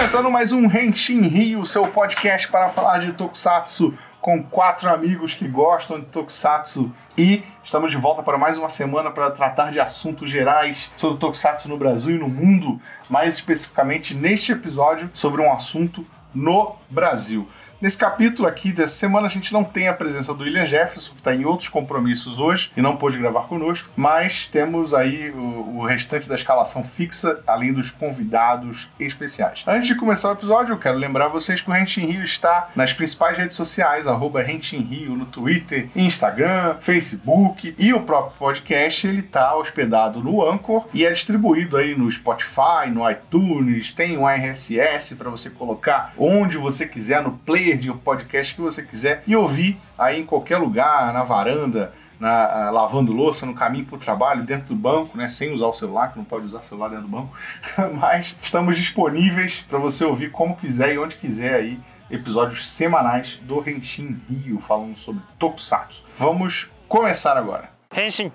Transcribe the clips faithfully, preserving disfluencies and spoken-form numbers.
Começando mais um Henshin Rio, seu podcast para falar de Tokusatsu com quatro amigos que gostam de Tokusatsu. E estamos de volta para mais uma semana para tratar de assuntos gerais sobre Tokusatsu no Brasil e no mundo, mais especificamente neste episódio sobre um assunto no Brasil. Nesse capítulo aqui dessa semana a gente não tem a presença do William Jefferson, que está em outros compromissos hoje e não pôde gravar conosco, mas temos aí o, o restante da escalação fixa, além dos convidados especiais. Antes de começar o episódio, eu quero lembrar vocês que o Henshin Rio está nas principais redes sociais, arroba Henshin Rio no Twitter, Instagram, Facebook, e o próprio podcast ele está hospedado no Anchor e é distribuído aí no Spotify, no iTunes, tem um R S S para você colocar onde você quiser, no player de podcast que você quiser e ouvir aí em qualquer lugar, na varanda, na, lavando louça, no caminho para o trabalho, dentro do banco, né, sem usar o celular, que não pode usar celular dentro do banco, mas estamos disponíveis para você ouvir como quiser e onde quiser aí, episódios semanais do Henshin Rio, falando sobre Tokusatsu. Vamos começar agora. Henshin!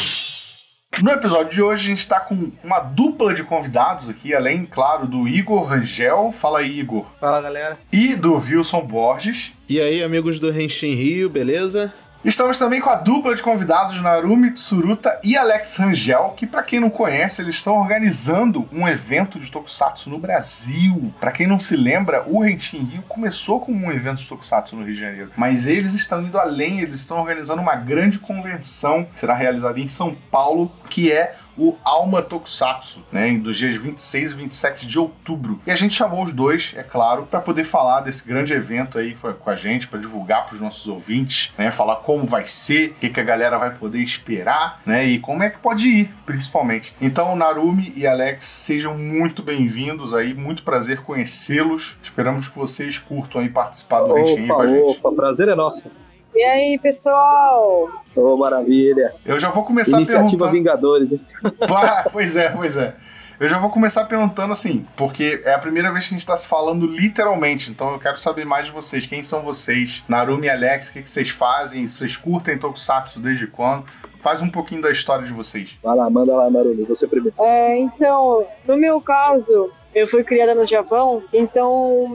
No episódio de hoje a gente está com uma dupla de convidados aqui, além, claro, do Igor Rangel. Fala aí, Igor. Fala, galera. E do Wilson Borges. E aí, amigos do Henshin Rio, beleza? Estamos também com a dupla de convidados Narumi Tsuruta e Alex Rangel, que, para quem não conhece, eles estão organizando um evento de Tokusatsu no Brasil. Para quem não se lembra, o Henshin Rio começou como um evento de Tokusatsu no Rio de Janeiro, mas eles estão indo além, eles estão organizando uma grande convenção que será realizada em São Paulo, que é o Alma Tokusatsu, né, dos dias vinte e seis e vinte e sete de outubro. E a gente chamou os dois, é claro, para poder falar desse grande evento aí com a gente, para divulgar para os nossos ouvintes, né, falar como vai ser, o que, que a galera vai poder esperar, né, e como é que pode ir, principalmente. Então, Narumi e Alex, sejam muito bem-vindos aí, muito prazer conhecê-los. Esperamos que vocês curtam aí participar do Henshin Rio com a gente. Opa, prazer é nosso. E aí, pessoal? Ô, oh, maravilha. Eu já vou começar Iniciativa perguntando... Vingadores, hein? Ah, pois é, pois é. Eu já vou começar perguntando assim, porque é a primeira vez que a gente está se falando literalmente, então eu quero saber mais de vocês. Quem são vocês? Narumi e Alex, o que, que vocês fazem? Vocês curtem Tokusatsu desde quando? Faz um pouquinho da história de vocês. Vai lá, manda lá, Narumi, você primeiro. É, então, no meu caso, eu fui criada no Japão, então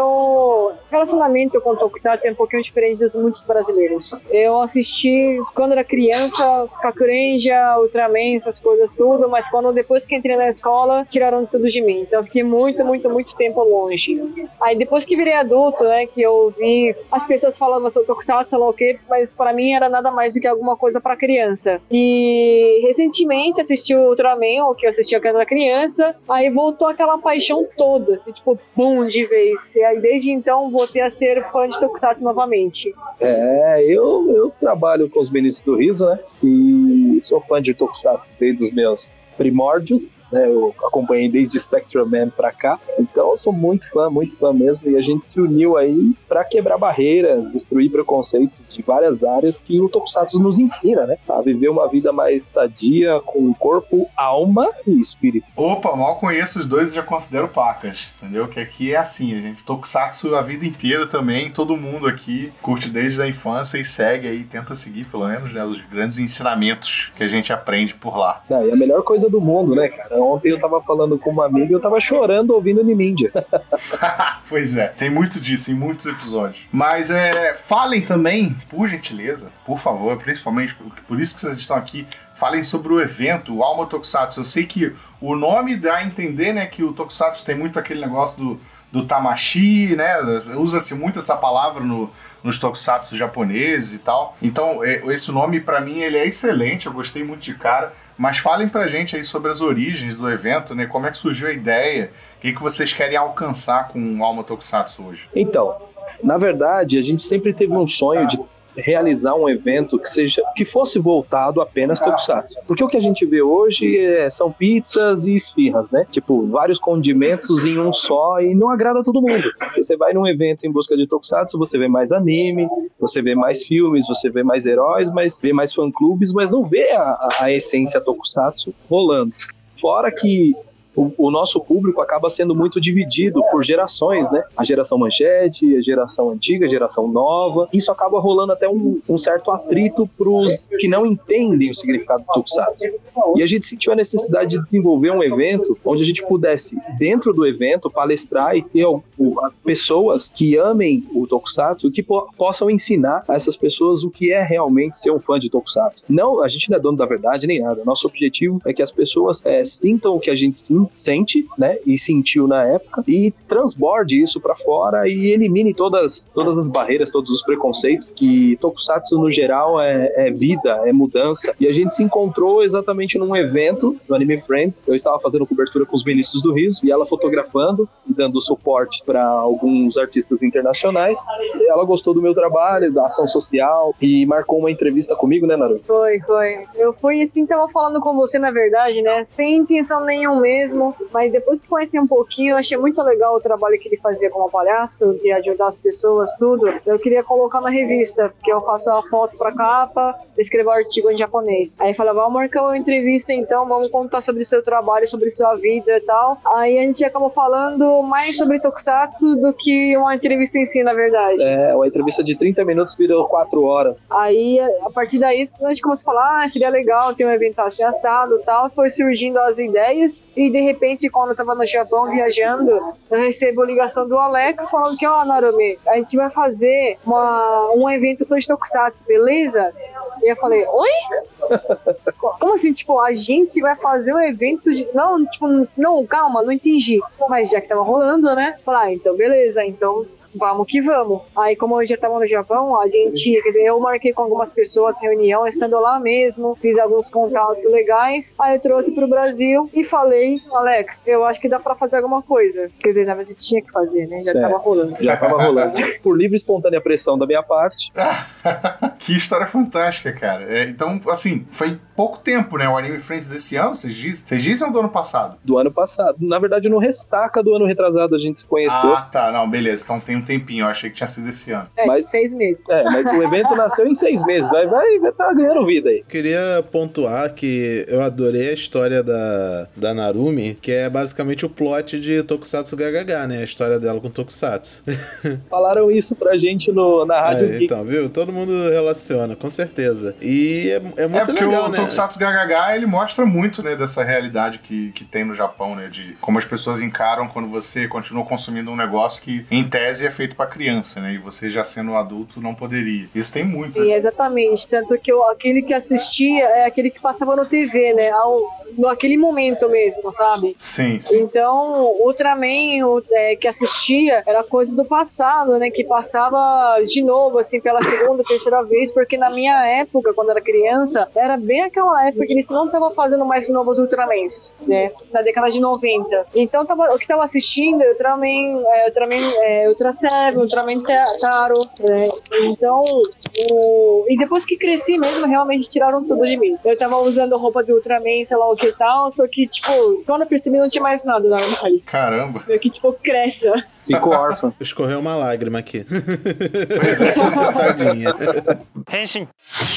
meu relacionamento com o Tokusatsu é um pouquinho diferente dos muitos brasileiros. Eu assisti quando era criança, Kakurenja, Ultraman, essas coisas tudo, mas quando depois que entrei na escola, tiraram tudo de mim. Então eu fiquei muito, muito, muito tempo longe. Aí depois que virei adulto, né, que eu vi as pessoas falando sobre Tokusatsu, sei lá o quê, mas para mim era nada mais do que alguma coisa para criança. E recentemente assisti o Ultraman, o que eu assistia quando era criança, aí voltou aquela paixão toda, e, tipo, bum, de vez. E aí, desde então, voltei a ser fã de Tokusatsu novamente. É, eu, eu trabalho com os meninos do Riso, né? E sou fã de Tokusatsu desde os meus primórdios, né? Eu acompanhei desde Spectrum Man pra cá, então eu sou muito fã, muito fã mesmo, e a gente se uniu aí pra quebrar barreiras, destruir preconceitos de várias áreas que o Tokusatsu nos ensina, né? A viver uma vida mais sadia, com corpo, alma e espírito. Opa, mal conheço os dois e já considero pacas, entendeu? Que aqui é assim, a gente Tokusatsu a vida inteira também, todo mundo aqui curte desde a infância e segue aí, tenta seguir pelo menos, né, os grandes ensinamentos que a gente aprende por lá. Ah, e a melhor coisa do mundo, né, cara? Ontem eu tava falando com uma amiga e eu tava chorando ouvindo Ninja. Pois é, tem muito disso em muitos episódios. Mas é, falem também, por gentileza, por favor, principalmente por isso que vocês estão aqui, falem sobre o evento, o Alma Tokusatsu. Eu sei que o nome dá a entender, né, que o Tokusatsu tem muito aquele negócio do, do tamashi, né, usa-se muito essa palavra no, nos Tokusatsu japoneses e tal. Então, é, esse nome, pra mim, ele é excelente, eu gostei muito de cara. Mas falem pra gente aí sobre as origens do evento, né? Como é que surgiu a ideia? O que, que vocês querem alcançar com o Alma Tokusatsu hoje? Então, na verdade, a gente sempre teve um sonho de realizar um evento que seja que fosse voltado apenas Tokusatsu. Porque o que a gente vê hoje é, são pizzas e esfirras, né? Tipo, vários condimentos em um só e não agrada a todo mundo. Você vai num evento em busca de Tokusatsu, você vê mais anime, você vê mais filmes, você vê mais heróis, mas vê mais fã-clubes, mas não vê a, a essência Tokusatsu rolando. Fora que o, o nosso público acaba sendo muito dividido por gerações, né? A geração manchete, a geração antiga, a geração nova. Isso acaba rolando até um, um certo atrito pros que não entendem o significado do Tokusatsu. E a gente sentiu a necessidade de desenvolver um evento onde a gente pudesse, dentro do evento, palestrar e ter o, pessoas que amem o Tokusatsu, que po- possam ensinar a essas pessoas o que é realmente ser um fã de Tokusatsu. Não, a gente não é dono da verdade nem nada. Nosso objetivo é que as pessoas é, sintam o que a gente sim, sente, né, e sentiu na época, e transborde isso pra fora e elimine todas, todas as barreiras, todos os preconceitos, que Tokusatsu no geral é, é vida, é mudança. E a gente se encontrou exatamente num evento do Anime Friends. Eu estava fazendo cobertura com os Benícios do Riso e ela fotografando e dando suporte para alguns artistas internacionais. Ela gostou do meu trabalho, da ação social, e marcou uma entrevista comigo, né, Naru? Foi, foi. Eu fui assim, tava falando com você, na verdade, né, sem intenção nenhuma mesmo, mas depois que conheci um pouquinho, eu achei muito legal o trabalho que ele fazia como palhaço, de ajudar as pessoas, tudo. Eu queria colocar na revista, porque eu faço a foto pra capa, escrevo um artigo em japonês. Aí falava, vamos marcar uma entrevista então, vamos contar sobre o seu trabalho, sobre sua vida e tal. Aí a gente acabou falando mais sobre Tokusatsu do que uma entrevista em si, na verdade. É, uma entrevista de trinta minutos virou quatro horas. Aí, a partir daí, a gente começou a falar, ah, seria legal ter um evento assim assado e tal. Foi surgindo as ideias e, de repente, quando eu tava no Japão viajando, eu recebo a ligação do Alex falando que, ó, oh, Narumi, a gente vai fazer uma, um evento com os Tokusatsu, beleza? E eu falei, oi? Como assim? Tipo, a gente vai fazer um evento de... Não, tipo, não, calma, não entendi. Mas já que tava rolando, né? Falei, ah, então beleza, então... vamos que vamos. Aí, como eu já tava no Japão, a gente, eu marquei com algumas pessoas reunião, estando lá mesmo, fiz alguns contatos legais, aí eu trouxe pro Brasil e falei, Alex, eu acho que dá pra fazer alguma coisa. Quer dizer, na verdade tinha que fazer, né? Já certo. Tava rolando. Já tava rolando. Por livre e espontânea pressão da minha parte. Que história fantástica, cara. É, então, assim, foi pouco tempo, né? O Anime Friends desse ano, vocês dizem? Vocês dizem ou do ano passado? Do ano passado. Na verdade, no ressaca do ano retrasado a gente se conheceu. Ah, tá. Não, beleza. Então tem um tempinho. Eu achei que tinha sido esse ano. É, mas, de seis meses. É, mas o evento nasceu em seis meses. Vai, vai, vai tá ganhando vida aí. Queria pontuar que eu adorei a história da, da Narumi, que é basicamente o plot de Tokusatsu G H H, né? A história dela com Tokusatsu. Falaram isso pra gente no, na rádio. É, então, viu? Todo mundo relaciona, com certeza. E é, é muito é legal, o né? Tokusatsu G H H, ele mostra muito, né, dessa realidade que, que tem no Japão, né? De como as pessoas encaram quando você continua consumindo um negócio que, em tese, é feito pra criança, né? E você já sendo um adulto não poderia. Isso tem muito. E né? Exatamente. Tanto que eu, aquele que assistia é aquele que passava no T V, né? Ao, naquele momento mesmo, sabe? Sim, sim. Então, Ultraman o, é, que assistia era coisa do passado, né? Que passava de novo, assim, pela segunda, terceira vez, porque na minha época, quando eu era criança, era bem aquela época que eles não estavam fazendo mais novos Ultramans, né? Na década de noventa. Então, tava, o que tava assistindo é Ultraman, é, Ultraman, é, Ultra Seven, Ultraman Taro, né? Então, o... e depois que cresci mesmo, realmente tiraram tudo de mim. Eu tava usando roupa de Ultraman, sei lá o que tal, só que, tipo, quando eu percebi não tinha mais nada na armário. Caramba. Meio que, tipo, cresce. Ficou órfão. Escorreu uma lágrima aqui. Pois é. Tadinha. Henshin.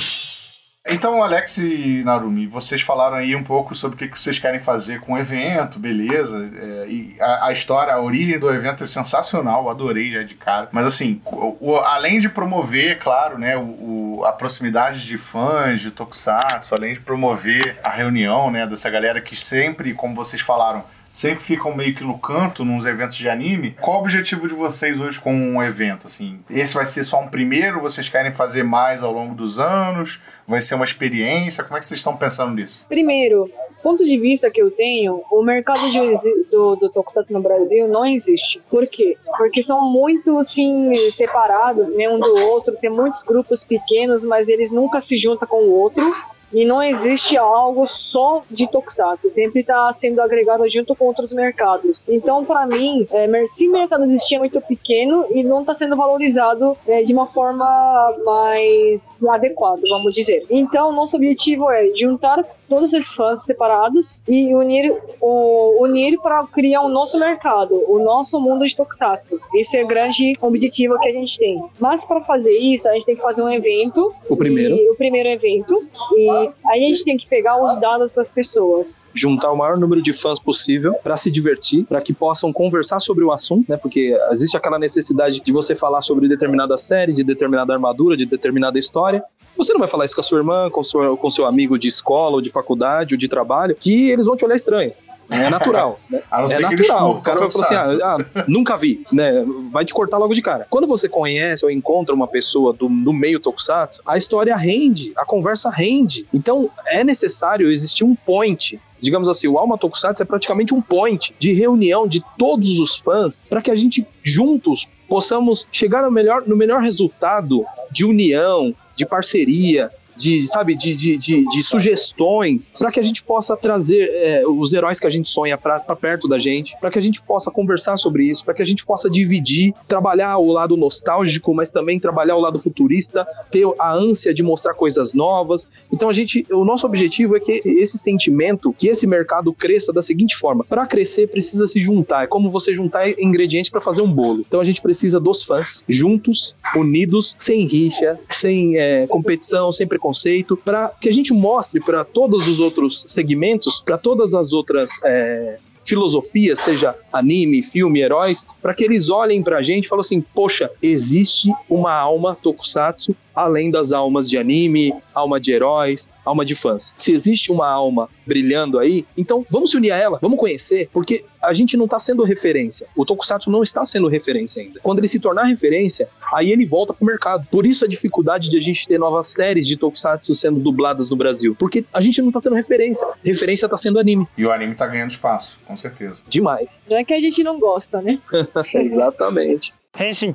Então, Alex e Narumi, vocês falaram aí um pouco sobre o que vocês querem fazer com o evento, beleza? É, e a, a história, a origem do evento é sensacional, eu adorei já de cara. Mas assim, o, o, além de promover, claro, né, o, o, a proximidade de fãs de Tokusatsu, além de promover a reunião, né, dessa galera que sempre, como vocês falaram, sempre ficam meio que no canto nos eventos de anime. Qual o objetivo de vocês hoje com um evento? Assim, esse vai ser só um primeiro? Vocês querem fazer mais ao longo dos anos? Vai ser uma experiência? Como é que vocês estão pensando nisso? Primeiro, ponto de vista que eu tenho, o mercado de, do, do Tokusatsu no Brasil não existe. Por quê? Porque são muito, assim, separados, né, um do outro. Tem muitos grupos pequenos, mas eles nunca se juntam com o outro. E não existe algo só de Tokusatsu, sempre está sendo agregado junto com outros mercados. Então, para mim, é, se o mercado existir é muito pequeno e não está sendo valorizado é, de uma forma mais adequada, vamos dizer. Então, nosso objetivo é juntar todos esses fãs separados e unir, o, unir para criar um nosso mercado, o nosso mundo de Tokusatsu. Esse é o grande objetivo que a gente tem. Mas para fazer isso, a gente tem que fazer um evento. O primeiro. E, o primeiro evento. E aí a gente tem que pegar os dados das pessoas. Juntar o maior número de fãs possível para se divertir, para que possam conversar sobre o assunto, né? Porque existe aquela necessidade de você falar sobre determinada série, de determinada armadura, de determinada história. Você não vai falar isso com a sua irmã, com, sua, com seu amigo de escola, ou de faculdade, ou de trabalho, que eles vão te olhar estranho. É natural, né? A não ser é que eles natural. curtam O cara vai falar assim, ah, ah, nunca vi, né? Vai te cortar logo de cara. Quando você conhece ou encontra uma pessoa do, do meio Tokusatsu, a história rende, a conversa rende. Então, é necessário existir um point. Digamos assim, o Alma Tokusatsu é praticamente um point de reunião de todos os fãs para que a gente, juntos, possamos chegar no melhor, no melhor resultado de união, de parceria, de, sabe, de, de, de, de sugestões, para que a gente possa trazer é, os heróis que a gente sonha para perto da gente, para que a gente possa conversar sobre isso, para que a gente possa dividir, trabalhar o lado nostálgico, mas também trabalhar o lado futurista, ter a ânsia de mostrar coisas novas. Então a gente, o nosso objetivo é que esse sentimento, que esse mercado cresça da seguinte forma: para crescer precisa se juntar, é como você juntar ingredientes para fazer um bolo. Então a gente precisa dos fãs juntos, unidos, sem rixa, sem é, competição, sem preconceito, para que a gente mostre para todos os outros segmentos, para todas as outras é, filosofias, seja anime, filme, heróis, para que eles olhem pra gente e falem assim, poxa, existe uma alma Tokusatsu além das almas de anime, alma de heróis, alma de fãs. Se existe uma alma brilhando aí, então vamos se unir a ela, vamos conhecer, porque a gente não está sendo referência. O Tokusatsu não está sendo referência ainda. Quando ele se tornar referência, aí ele volta pro mercado. Por isso a dificuldade de a gente ter novas séries de Tokusatsu sendo dubladas no Brasil, porque a gente não está sendo referência. Referência está sendo anime. E o anime está ganhando espaço, com certeza. Demais. Não é que a gente não gosta, né? Exatamente. Henshin.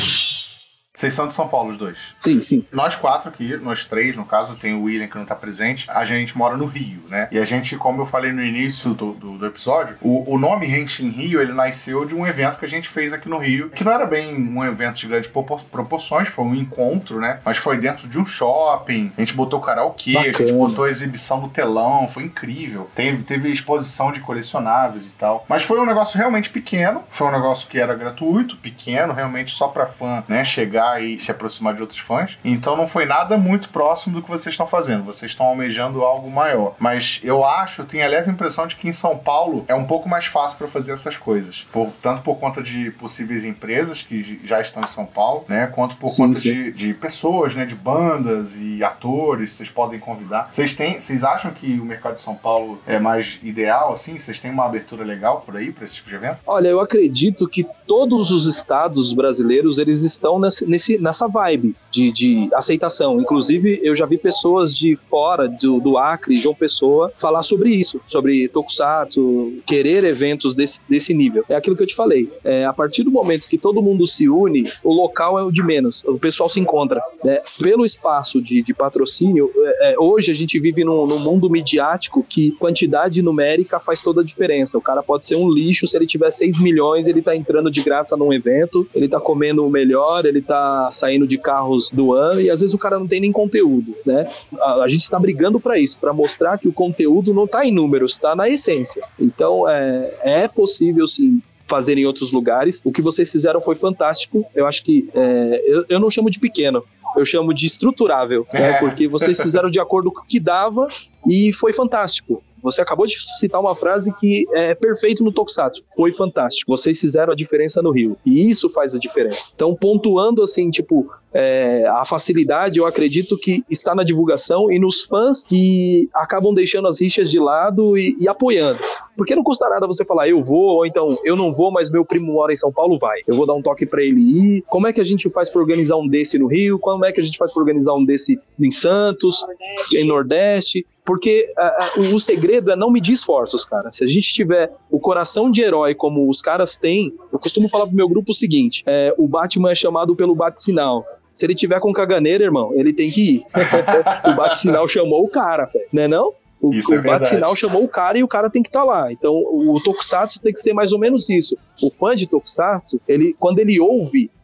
Vocês são de São Paulo, os dois? Sim, sim. Nós quatro aqui, nós três, no caso, tem o William que não tá presente, a gente mora no Rio, né? E a gente, como eu falei no início do, do, do episódio, o, o nome Henshin Rio, ele nasceu de um evento que a gente fez aqui no Rio, que não era bem um evento de grandes proporções, foi um encontro, né? Mas foi dentro de um shopping, a gente botou karaokê, a gente botou exibição no telão, foi incrível. Teve, teve exposição de colecionáveis e tal. Mas foi um negócio realmente pequeno, foi um negócio que era gratuito, pequeno, realmente só pra fã, né, chegar e se aproximar de outros fãs. Então não foi nada muito próximo do que vocês estão fazendo. Vocês estão almejando algo maior. Mas eu acho, eu tenho a leve impressão de que em São Paulo é um pouco mais fácil para fazer essas coisas. Por, tanto por conta de possíveis empresas que já estão em São Paulo, né? Quanto por sim, conta sim. De, de pessoas, né? De bandas e atores, vocês podem convidar. Vocês têm, vocês acham que o mercado de São Paulo é mais ideal, assim? Vocês têm uma abertura legal por aí para esse tipo de evento? Olha, eu acredito que todos os estados brasileiros, eles estão nesse, nesse, nessa vibe de, de aceitação. Inclusive, eu já vi pessoas de fora, do, do Acre, João Pessoa, falar sobre isso, sobre Tokusatsu, querer eventos desse, desse nível. É aquilo que eu te falei. É, a partir do momento que todo mundo se une, o local é o de menos. O pessoal se encontra. Né? Pelo espaço de, de patrocínio, é, hoje a gente vive num, num mundo midiático que quantidade numérica faz toda a diferença. O cara pode ser um lixo, se ele tiver seis milhões, ele tá entrando de graça num evento, ele tá comendo o melhor, ele tá saindo de carros do ano, e às vezes o cara não tem nem conteúdo, né? A, a gente tá brigando pra isso, pra mostrar que o conteúdo não tá em números, tá na essência. Então, é, é possível, sim, fazer em outros lugares. O que vocês fizeram foi fantástico. Eu acho que, é, eu, eu não chamo de pequeno, eu chamo de estruturável, né? Porque vocês fizeram de acordo com o que dava e foi fantástico. Você acabou de citar uma frase que é perfeito no Tokusatsu. Foi fantástico. Vocês fizeram a diferença no Rio. E isso faz a diferença. Então, pontuando assim, tipo, é, a facilidade, eu acredito que está na divulgação e nos fãs que acabam deixando as rixas de lado e, e apoiando. Porque não custa nada você falar, eu vou, ou então, eu não vou, mas meu primo mora em São Paulo, vai. Eu vou dar um toque pra ele ir. Como é que a gente faz pra organizar um desse no Rio? Como é que a gente faz pra organizar um desse em Santos, Nordeste. em Nordeste? Porque uh, o segredo é não medir esforços, cara. Se a gente tiver o coração de herói como os caras têm, eu costumo falar pro meu grupo o seguinte, é, o Batman é chamado pelo bate-sinal. Se ele tiver com caganeira, irmão, ele tem que ir. O bate-sinal chamou o cara, né não? O, isso o é bate-sinal chamou o cara e o cara tem que estar tá lá. Então, o, o Tokusatsu tem que ser mais ou menos isso. O fã de Tokusatsu, ele, quando ele ouve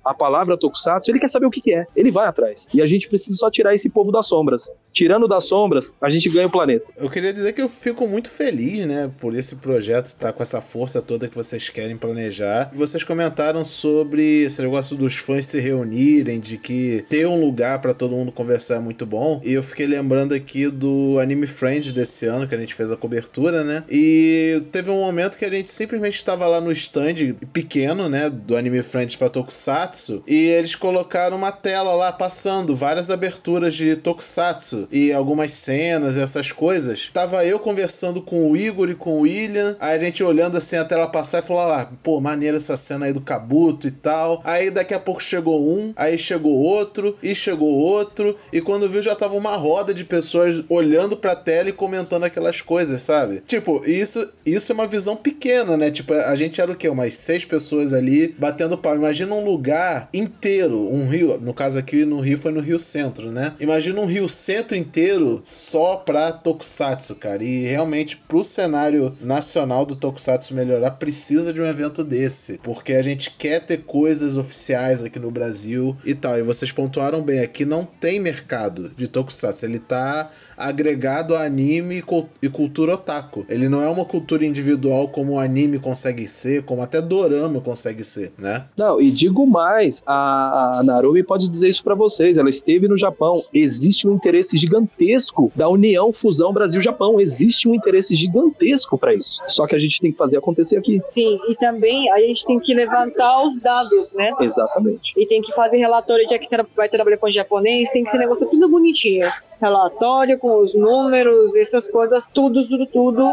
a palavra Tokusatsu, ele quer saber o que, que é. Ele vai atrás. E a gente precisa só tirar esse povo das sombras. Tirando das sombras, a gente ganha o planeta. Eu queria dizer que eu fico muito feliz, né, por esse projeto estar com essa força toda que vocês querem planejar. Vocês comentaram sobre esse negócio dos fãs se reunirem, de que ter um lugar pra todo mundo conversar é muito bom. E eu fiquei lembrando aqui do Anime Friends desse ano, que a gente fez a cobertura, né? E teve um momento que a gente simplesmente estava lá no stand pequeno, né, do Anime Friends pra Tokusatsu, e eles colocaram uma tela lá passando várias aberturas de Tokusatsu e algumas cenas e essas coisas. Tava eu conversando com o Igor e com o William, aí a gente olhando assim a tela passar e falou lá, pô, maneira essa cena aí do Kabuto e tal. Aí daqui a pouco chegou um, aí chegou outro, e chegou outro, e quando viu já tava uma roda de pessoas olhando pra tela e comentando aquelas coisas, sabe? Tipo, isso, isso é uma visão pequena, né? Tipo, a gente era o quê? Umas seis pessoas ali batendo pau. Imagina um lugar inteiro, um rio, no caso aqui no Rio foi no Rio Centro, né? Imagina um Rio Centro inteiro só pra Tokusatsu, cara. E realmente pro cenário nacional do Tokusatsu melhorar, precisa de um evento desse, porque a gente quer ter coisas oficiais aqui no Brasil e tal. E vocês pontuaram bem, aqui não tem mercado de Tokusatsu, ele tá agregado a anime e cultura otaku. Ele não é uma cultura individual como o anime consegue ser, como até dorama consegue ser, né? Não, e digo mais, a, a Narumi pode dizer isso pra vocês, ela esteve no Japão, existe um interesse gigantesco da união, fusão Brasil-Japão, existe um interesse gigantesco pra isso, só que a gente tem que fazer acontecer aqui. Sim, e também a gente tem que levantar os dados, né? Exatamente. E tem que fazer relatório de que vai trabalhar com japonês, tem que ser negócio tudo bonitinho. Relatório com os números, essas coisas, tudo, tudo, tudo.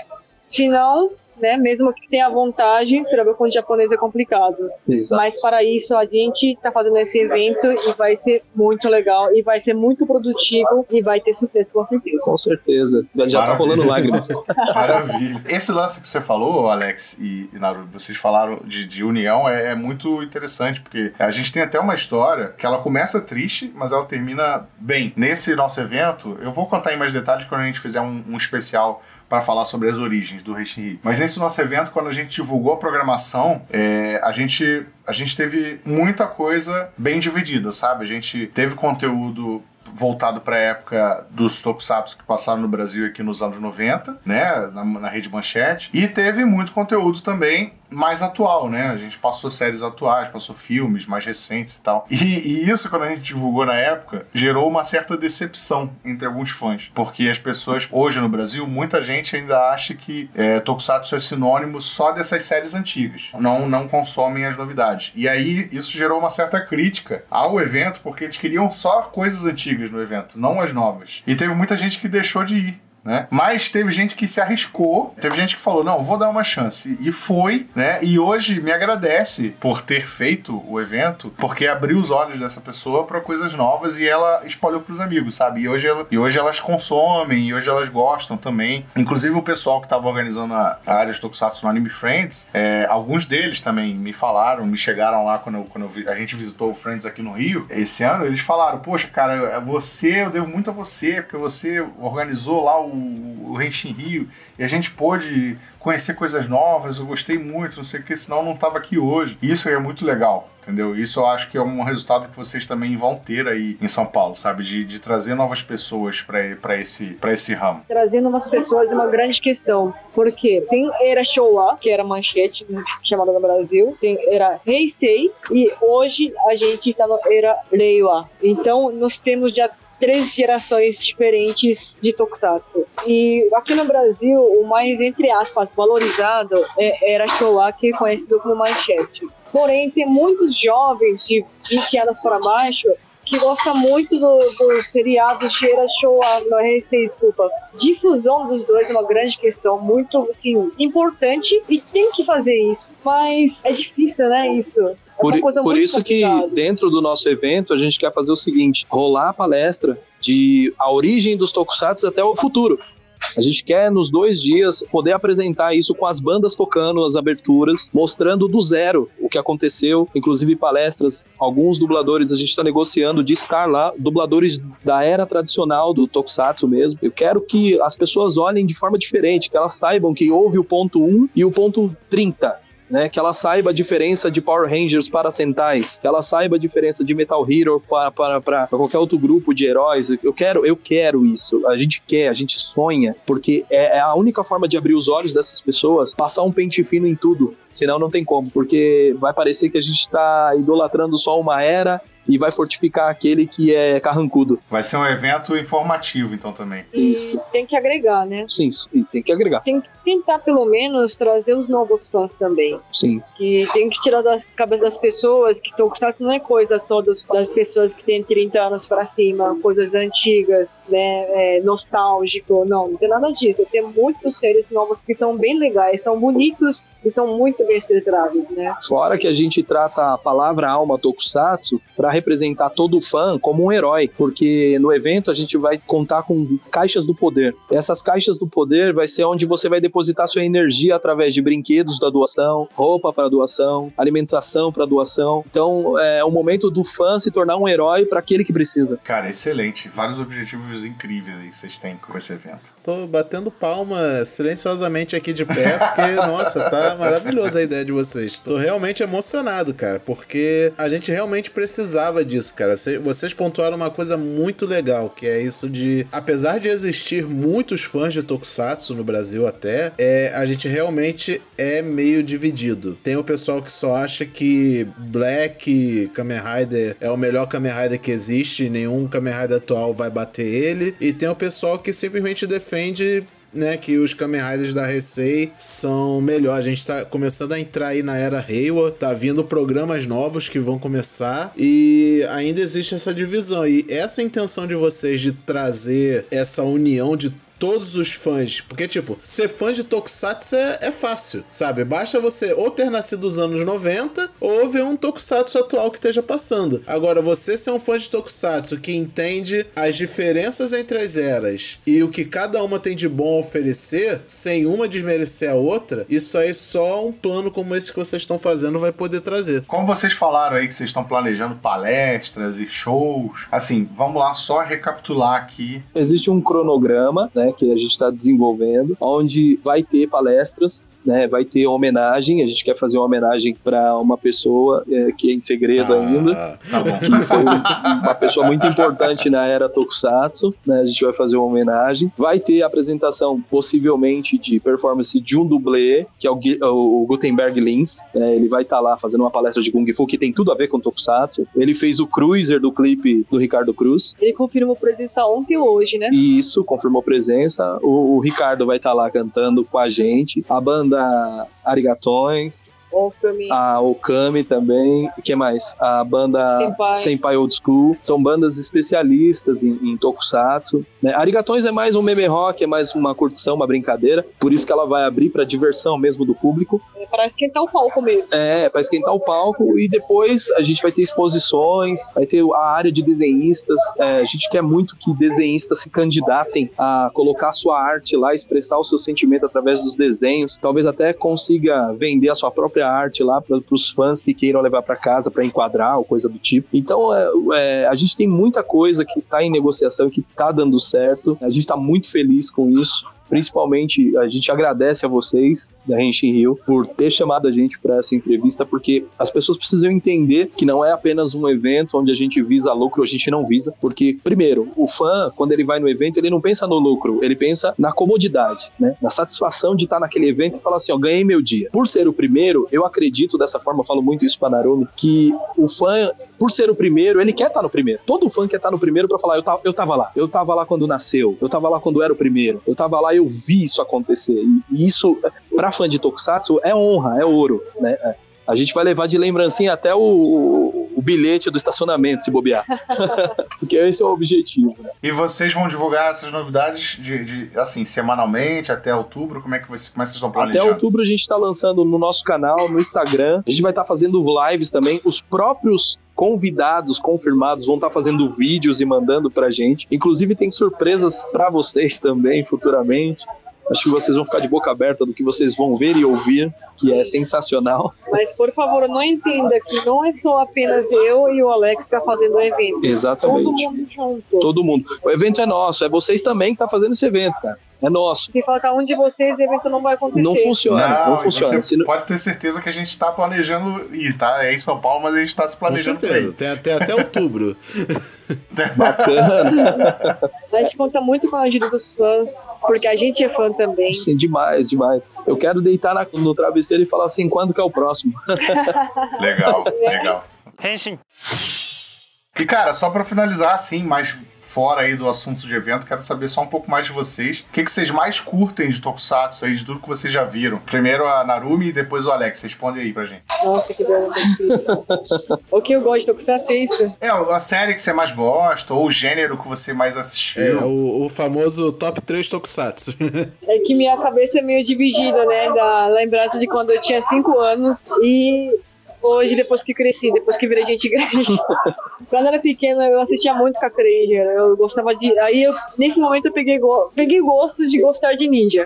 Senão, né, mesmo que tenha vontade, trabalhar com japonês é complicado. Exato. Mas para isso a gente está fazendo esse evento e vai ser muito legal, e vai ser muito produtivo e vai ter sucesso com certeza. Com certeza. Já Maravilha. Tá rolando lágrimas. Maravilha. Esse lance que você falou, Alex e, e Naru, vocês falaram de, de união, é, é muito interessante, porque a gente tem até uma história que ela começa triste, mas ela termina bem. Nesse nosso evento, eu vou contar em mais detalhes quando a gente fizer um, um especial para falar sobre as origens do Henshin. Mas nesse nosso evento, quando a gente divulgou a programação, é, a gente a gente teve muita coisa bem dividida, sabe? A gente teve conteúdo voltado para a época dos Tokusatsu que passaram no Brasil aqui nos anos noventa, né, na, na Rede Manchete, e teve muito conteúdo também mais atual, né, a gente passou séries atuais, passou filmes mais recentes e tal, e, e isso, quando a gente divulgou na época, gerou uma certa decepção entre alguns fãs, porque as pessoas, hoje no Brasil, muita gente ainda acha que é, Tokusatsu é sinônimo só dessas séries antigas, não, não consomem as novidades, e aí isso gerou uma certa crítica ao evento, porque eles queriam só coisas antigas no evento, não as novas. E teve muita gente que deixou de ir, né? Mas teve gente que se arriscou, teve gente que falou, não, vou dar uma chance, e foi, né? E hoje me agradece por ter feito o evento, porque abriu os olhos dessa pessoa para coisas novas e ela espalhou pros amigos, sabe? E hoje, ela, e hoje elas consomem, e hoje elas gostam também. Inclusive o pessoal que tava organizando a, a área de Tokusatsu no Anime Friends, é, alguns deles também me falaram, me chegaram lá quando, eu, quando eu vi, a gente visitou o Friends aqui no Rio, esse ano, eles falaram, poxa, cara, você, eu devo muito a você, porque você organizou lá o o Henshin Rio, e a gente pôde conhecer coisas novas, eu gostei muito, não sei o que, senão eu não estava aqui hoje. E isso é muito legal, entendeu? Isso eu acho que é um resultado que vocês também vão ter aí em São Paulo, sabe? De, de trazer novas pessoas para esse, pra esse ramo. Trazer novas pessoas é uma grande questão, porque tem era Showa, que era Manchete, chamada no Brasil, tem era Heisei, e hoje a gente está no era Reiwa. Então, nós temos já três gerações diferentes de Tokusatsu. E aqui no Brasil, o mais, entre aspas, valorizado é, era Showa, que é conhecido como Manchete. Porém, tem muitos jovens de vinte anos para baixo que gostam muito dos do seriados de Era Showa, não é Heisei, desculpa. Difusão dos dois é uma grande questão, muito, assim, importante, e tem que fazer isso. Mas é difícil, né, isso? Por, por isso complicada. Que dentro do nosso evento a gente quer fazer o seguinte, rolar a palestra de a origem dos Tokusatsu até o futuro. A gente quer nos dois dias poder apresentar isso com as bandas tocando as aberturas, mostrando do zero o que aconteceu, inclusive palestras, alguns dubladores a gente está negociando de estar lá, dubladores da era tradicional do Tokusatsu mesmo. Eu quero que as pessoas olhem de forma diferente, que elas saibam que houve o ponto um e o ponto trinta. né? Que ela saiba a diferença de Power Rangers para Sentais, que ela saiba a diferença de Metal Hero para, para, para qualquer outro grupo de heróis. Eu quero, eu quero isso. A gente quer, a gente sonha, porque é a única forma de abrir os olhos dessas pessoas, passar um pente fino em tudo. Senão não tem como, porque vai parecer que a gente está idolatrando só uma era e vai fortificar aquele que é carrancudo. Vai ser um evento informativo, então, também. Isso. E tem que agregar, né? Sim, e tem que agregar. Tem que tentar, pelo menos, trazer os novos fãs também. Sim. Que tem que tirar da cabeça das pessoas que Tokusatsu não é coisa só dos, das pessoas que têm trinta anos pra cima, coisas antigas, né, é, nostálgico. Não, não tem nada disso. Tem muitos seres novos que são bem legais, são bonitos e são muito bem estruturados, né? Fora que a gente trata a palavra alma Tokusatsu para representar todo fã como um herói, porque no evento a gente vai contar com caixas do poder. Essas caixas do poder vai ser onde você vai depositar sua energia através de brinquedos da doação, roupa para doação, alimentação para doação. Então é o momento do fã se tornar um herói para aquele que precisa. Cara, excelente. Vários objetivos incríveis aí que vocês têm com esse evento. Tô batendo palma silenciosamente aqui de pé, porque, nossa, tá maravilhosa a ideia de vocês. Tô realmente emocionado, cara, porque a gente realmente precisava disso, cara. Vocês pontuaram uma coisa muito legal, que é isso de, apesar de existir muitos fãs de Tokusatsu no Brasil até, é, a gente realmente é meio dividido. Tem o pessoal que só acha que Black Kamen Rider é o melhor Kamen Rider que existe, nenhum Kamen Rider atual vai bater ele, e tem o pessoal que simplesmente defende, né, que os Kamen Riders da Heisei são melhores. A gente tá começando a entrar aí na era Reiwa, tá vindo programas novos que vão começar e ainda existe essa divisão. E essa intenção de vocês de trazer essa união de todos os fãs, porque, tipo, ser fã de Tokusatsu é, é fácil, sabe? Basta você ou ter nascido nos anos noventa ou ver um Tokusatsu atual que esteja passando. Agora, você ser um fã de Tokusatsu que entende as diferenças entre as eras e o que cada uma tem de bom a oferecer, sem uma desmerecer a outra, isso aí só um plano como esse que vocês estão fazendo vai poder trazer. Como vocês falaram aí que vocês estão planejando palestras e shows, assim, vamos lá só recapitular aqui. Existe um cronograma, né, que a gente está desenvolvendo, onde vai ter palestras, né, vai ter homenagem. A gente quer fazer uma homenagem para uma pessoa é, que é em segredo ah, ainda, tá bom. Que foi uma pessoa muito importante na era Tokusatsu, né, a gente vai fazer uma homenagem. Vai ter a apresentação, possivelmente, de performance de um dublê, que é o, o Gutenberg Lins, né, ele vai estar tá lá fazendo uma palestra de Kung Fu que tem tudo a ver com Tokusatsu. Ele fez o Cruiser do clipe do Ricardo Cruz. Ele confirmou presença ontem e hoje, né? Isso, confirmou presença. O, o Ricardo vai estar tá lá cantando com a gente. A banda Arigatões, Okami. A Okami também. O que mais? A banda Senpai, Senpai Old School. São bandas especialistas em, em Tokusatsu, né? Arigatões é mais um meme rock, é mais uma curtição, uma brincadeira. Por isso que ela vai abrir pra diversão mesmo do público. É para esquentar o palco mesmo. É, pra esquentar o palco. E depois a gente vai ter exposições, vai ter a área de desenhistas. É, a gente quer muito que desenhistas se candidatem a colocar a sua arte lá, expressar o seu sentimento através dos desenhos. Talvez até consiga vender a sua própria arte lá para os fãs que queiram levar para casa para enquadrar ou coisa do tipo. Então é, é, a gente tem muita coisa que está em negociação, que está dando certo. A gente está muito feliz com isso. Principalmente, a gente agradece a vocês da Henshin Rio por ter chamado a gente para essa entrevista, porque as pessoas precisam entender que não é apenas um evento onde a gente visa lucro, a gente não visa, porque, primeiro, o fã, quando ele vai no evento, ele não pensa no lucro, ele pensa na comodidade, né? Na satisfação de estar naquele evento e falar assim, ó, ganhei meu dia. Por ser o primeiro, eu acredito dessa forma, eu falo muito isso para Narumi, que o fã, por ser o primeiro, ele quer estar no primeiro. Todo fã quer estar no primeiro para falar, eu tava, eu tava lá, eu tava lá quando nasceu, eu tava lá quando era o primeiro, eu tava lá, eu vi isso acontecer. E isso, pra fã de Tokusatsu, é honra, é ouro, né? A gente vai levar de lembrancinha até o, o, o bilhete do estacionamento, se bobear. Porque esse é o objetivo, né? E vocês vão divulgar essas novidades de, de, assim, semanalmente, até outubro? Como é que vocês, como é que vocês estão planejando? Até outubro a gente está lançando no nosso canal, no Instagram. A gente vai estar tá fazendo lives também. Os próprios convidados confirmados vão estar tá fazendo vídeos e mandando pra gente. Inclusive tem surpresas pra vocês também, futuramente. Acho que vocês vão ficar de boca aberta do que vocês vão ver e ouvir, que é sensacional. Mas, por favor, não entenda que não é só apenas eu e o Alex que está fazendo o evento. Exatamente. Todo mundo junto. Todo mundo. O evento é nosso, é vocês também que estão tá fazendo esse evento, cara. é nosso. Se faltar um de vocês, o evento não vai acontecer. Não funciona, não, não funciona. Você não... pode ter certeza que a gente tá planejando ir, tá? É em São Paulo, mas a gente tá se planejando. Com certeza, tem até, até outubro. Bacana. A gente conta muito com a ajuda dos fãs, porque a gente é fã também. Sim, demais, demais. Eu quero deitar na, no travesseiro e falar assim, quando que é o próximo? Legal, legal. Henshin. E cara, só pra finalizar, assim, mais fora aí do assunto de evento, quero saber só um pouco mais de vocês. O que, que vocês mais curtem de Tokusatsu aí, de tudo que vocês já viram? Primeiro a Narumi e depois o Alex. Respondem aí pra gente. Nossa, que pergunta difícil. O que eu gosto de Tokusatsu é isso? É, a série que você mais gosta, ou o gênero que você mais assistiu. É, o, o famoso top três Tokusatsu. É que minha cabeça é meio dividida, né? Da lembrança de quando eu tinha cinco anos e... hoje, depois que cresci, depois que virei gente grande. Quando eu era pequena, eu assistia muito Kamen Rider. Eu gostava de... Aí, eu, nesse momento, eu peguei, go... peguei gosto de gostar de ninja.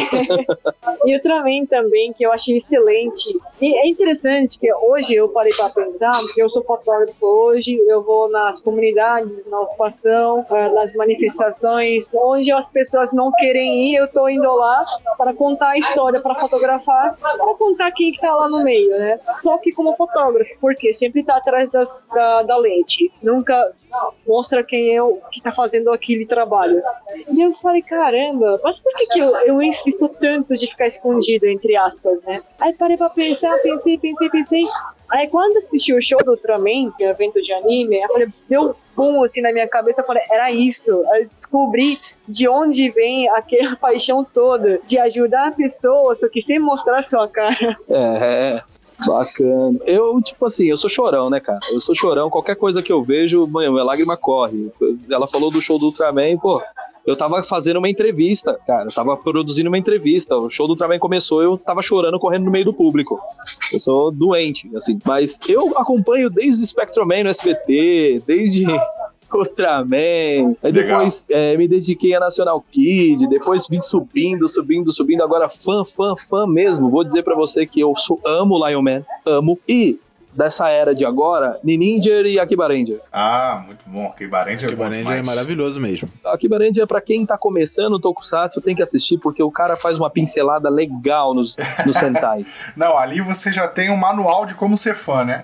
E Ultraman também, que eu achei excelente. E é interessante que hoje eu parei para pensar, porque eu sou fotógrafo hoje, eu vou nas comunidades, na ocupação, nas manifestações, onde as pessoas não querem ir, eu tô indo lá para contar a história, para fotografar, para contar quem que tá lá no meio, né? Só que como fotógrafo, porque sempre tá atrás das, da, da lente, nunca mostra quem é o que tá fazendo aquele trabalho. E eu falei, caramba, mas por que, que eu, eu insisto tanto de ficar escondido, entre aspas, né? Aí parei pra pensar, pensei, pensei, pensei. Aí quando assisti o show do Ultraman, que é um evento de anime, eu falei, deu boom assim na minha cabeça, eu falei, era isso. Aí descobri de onde vem aquela paixão toda de ajudar a pessoa, só que sem mostrar a sua cara. É... Bacana. Eu, tipo assim, eu sou chorão, né, cara? Eu sou chorão, qualquer coisa que eu vejo, minha lágrima corre. Ela falou do show do Ultraman, pô, eu tava fazendo uma entrevista, cara, eu tava produzindo uma entrevista, o show do Ultraman começou, eu tava chorando, correndo no meio do público. Eu sou doente, assim, mas eu acompanho desde Spectrum Man no S B T, desde... Ultraman, aí depois é, me dediquei a National Kid, depois vim subindo, subindo, subindo, agora fã, fã, fã mesmo, vou dizer pra você que eu sou, amo Lion Man, amo, e dessa era de agora, Ninja e Akiba Ranger. Ah, muito bom, Akiba Ranger é Akiba bom Ranger é maravilhoso mesmo. Akiba Ranger, pra quem tá começando o Tokusatsu, tem que assistir, porque o cara faz uma pincelada legal nos, nos Sentais. Não, ali você já tem um manual de como ser fã, né?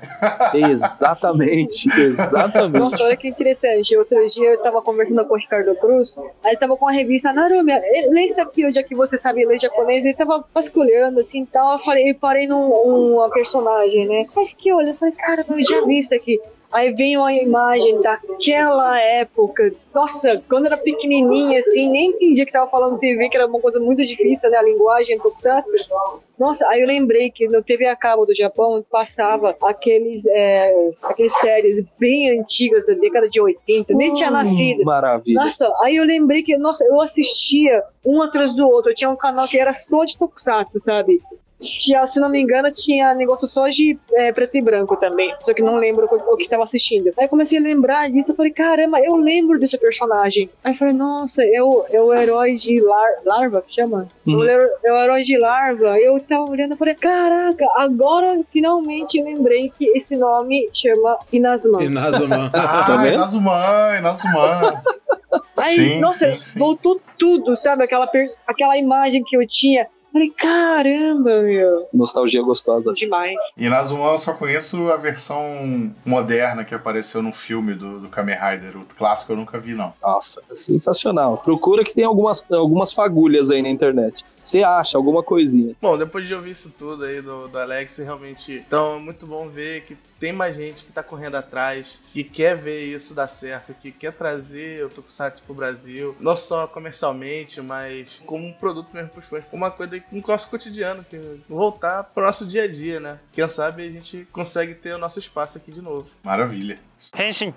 Exatamente, exatamente. Nossa, olha que interessante. Outro dia eu tava conversando com o Ricardo Cruz, aí ele tava com a revista Narumi, lê isso aqui, já que você sabe ler japonês, ele tava vasculhando assim e tal, eu falei, eu parei numa personagem, né? Mas que olha, eu falei, cara, eu já vi isso aqui. Aí vem uma imagem daquela época. Nossa, quando eu era pequenininha, assim, nem entendia que tava falando T V, que era uma coisa muito difícil, né? A linguagem, Tokusatsu. Nossa, aí eu lembrei que no T V a cabo do Japão passava aqueles, é, aqueles séries bem antigas da década de oitenta, nem tinha nascido. Maravilha. Nossa, aí eu lembrei que, nossa, eu assistia um atrás do outro. Eu tinha um canal que era só de Tokusatsu, sabe? Tinha, se não me engano, tinha negócio só de é, preto e branco também, só que não lembro o, o que estava assistindo. Aí comecei a lembrar disso, eu falei, caramba, eu lembro desse personagem. Aí eu falei, nossa, eu, eu o herói de lar, Larva, que chama? Uhum. Eu, eu o herói de Larva. Eu tava olhando e falei, caraca, agora finalmente lembrei que esse nome chama Inazuma. Inazuma. Ah, tá Inazuma, Inazuma. Aí, sim, nossa, sim, sim. voltou tudo, sabe? Aquela, aquela imagem que eu tinha. Falei, caramba, meu. Nostalgia gostosa. Demais. E Inazuma eu só conheço a versão moderna que apareceu no filme do, do Kamen Rider. O clássico eu nunca vi, não. Nossa, sensacional. Procura que tem algumas, algumas fagulhas aí na internet. Você acha alguma coisinha. Bom, depois de ouvir isso tudo aí do, do Alex, realmente, então é muito bom ver que tem mais gente que tá correndo atrás, que quer ver isso dar certo, que quer trazer o Tokusatsu pro Brasil, não só comercialmente, mas como um produto mesmo pros fãs, uma coisa no nosso cotidiano, que voltar pro nosso dia a dia, né? Quem sabe a gente consegue ter o nosso espaço aqui de novo. Maravilha. Henshin.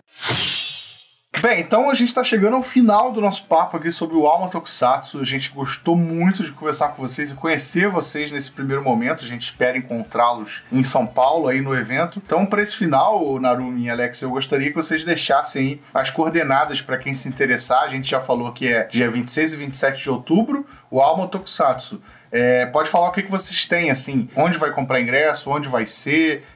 Bem, então a gente está chegando ao final do nosso papo aqui sobre o Alma Tokusatsu. A gente gostou muito de conversar com vocês e conhecer vocês nesse primeiro momento. A gente espera encontrá-los em São Paulo, aí no evento. Então, para esse final, Narumi e Alex, eu gostaria que vocês deixassem aí as coordenadas para quem se interessar. A gente já falou que é dia vinte e seis e vinte e sete de outubro, o Alma Tokusatsu. É, pode falar o que, que vocês têm, assim, onde vai comprar ingresso, onde vai ser,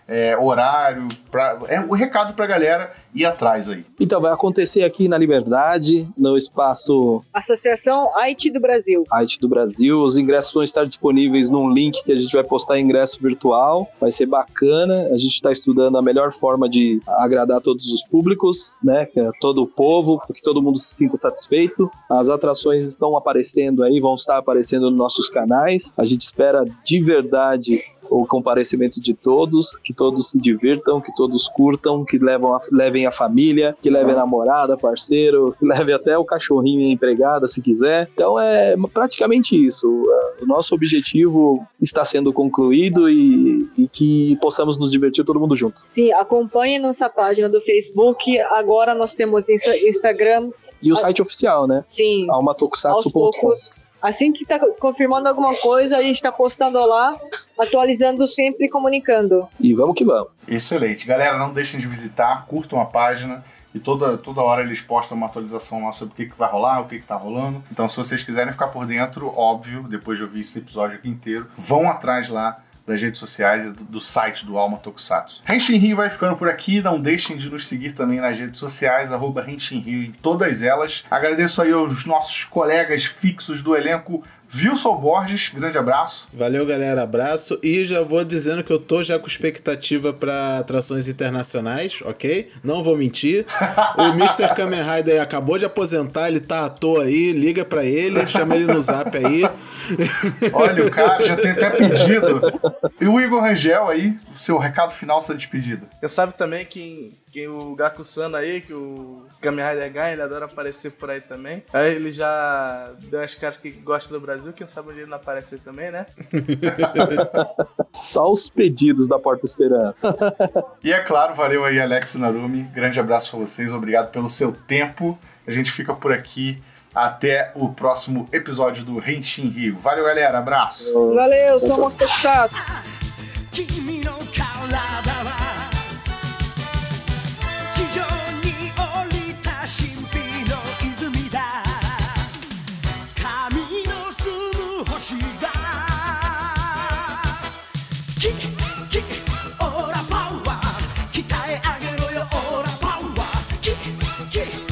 é, horário, pra, é o recado pra galera ir atrás aí. Então, vai acontecer aqui na Liberdade, no espaço Associação Haiti do Brasil. Haiti do Brasil. Os ingressos vão estar disponíveis num link que a gente vai postar, ingresso virtual. Vai ser bacana. A gente está estudando a melhor forma de agradar todos os públicos, né? Que é todo o povo, para que todo mundo se sinta satisfeito. As atrações estão aparecendo aí, vão estar aparecendo nos nossos canais. A gente espera de verdade o comparecimento de todos, que todos se divirtam, que todos curtam, que levam a, levem a família, que levem a namorada, parceiro, que levem até o cachorrinho e a empregada, se quiser. Então é praticamente isso. O nosso objetivo está sendo concluído e, e que possamos nos divertir todo mundo junto. Sim, acompanhe nossa página do Facebook. Agora nós temos Instagram. E o site oficial, né? Sim. alma tokusatsu ponto com. Assim que tá confirmando alguma coisa, a gente tá postando lá, atualizando sempre e comunicando. E vamos que vamos. Excelente. Galera, não deixem de visitar, curtam a página e toda, toda hora eles postam uma atualização lá sobre o que, que vai rolar, o que, que tá rolando. Então, se vocês quiserem ficar por dentro, óbvio, depois de ouvir esse episódio aqui inteiro, vão atrás lá das redes sociais e do, do site do Alma Tokusatsu. Henshin Rio vai ficando por aqui. Não deixem de nos seguir também nas redes sociais, arroba Henshin Rio em todas elas. Agradeço aí aos nossos colegas fixos do elenco, Wilson Borges, grande abraço. Valeu, galera, abraço. E já vou dizendo que eu tô já com expectativa para atrações internacionais, ok? Não vou mentir. O mister Kamen Rider acabou de aposentar, ele tá à toa aí, liga pra ele, chama ele no zap aí. Olha, o cara já tem até pedido. E o Igor Rangel aí, seu recado final, sua despedida. Você sabe também que, que o Gaku-san aí, que o Kamen Rider Gai, ele adora aparecer por aí também. Aí ele já deu as caras que gosta do Brasil, quem sabe onde ele não aparecer também, né? Só os pedidos da Porta Esperança. E é claro, valeu aí, Alex Narumi. Grande abraço pra vocês, obrigado pelo seu tempo. A gente fica por aqui. Até o próximo episódio do Henshin Rio. Valeu, galera. Abraço. Valeu, somos Tokusatsu. Yeah.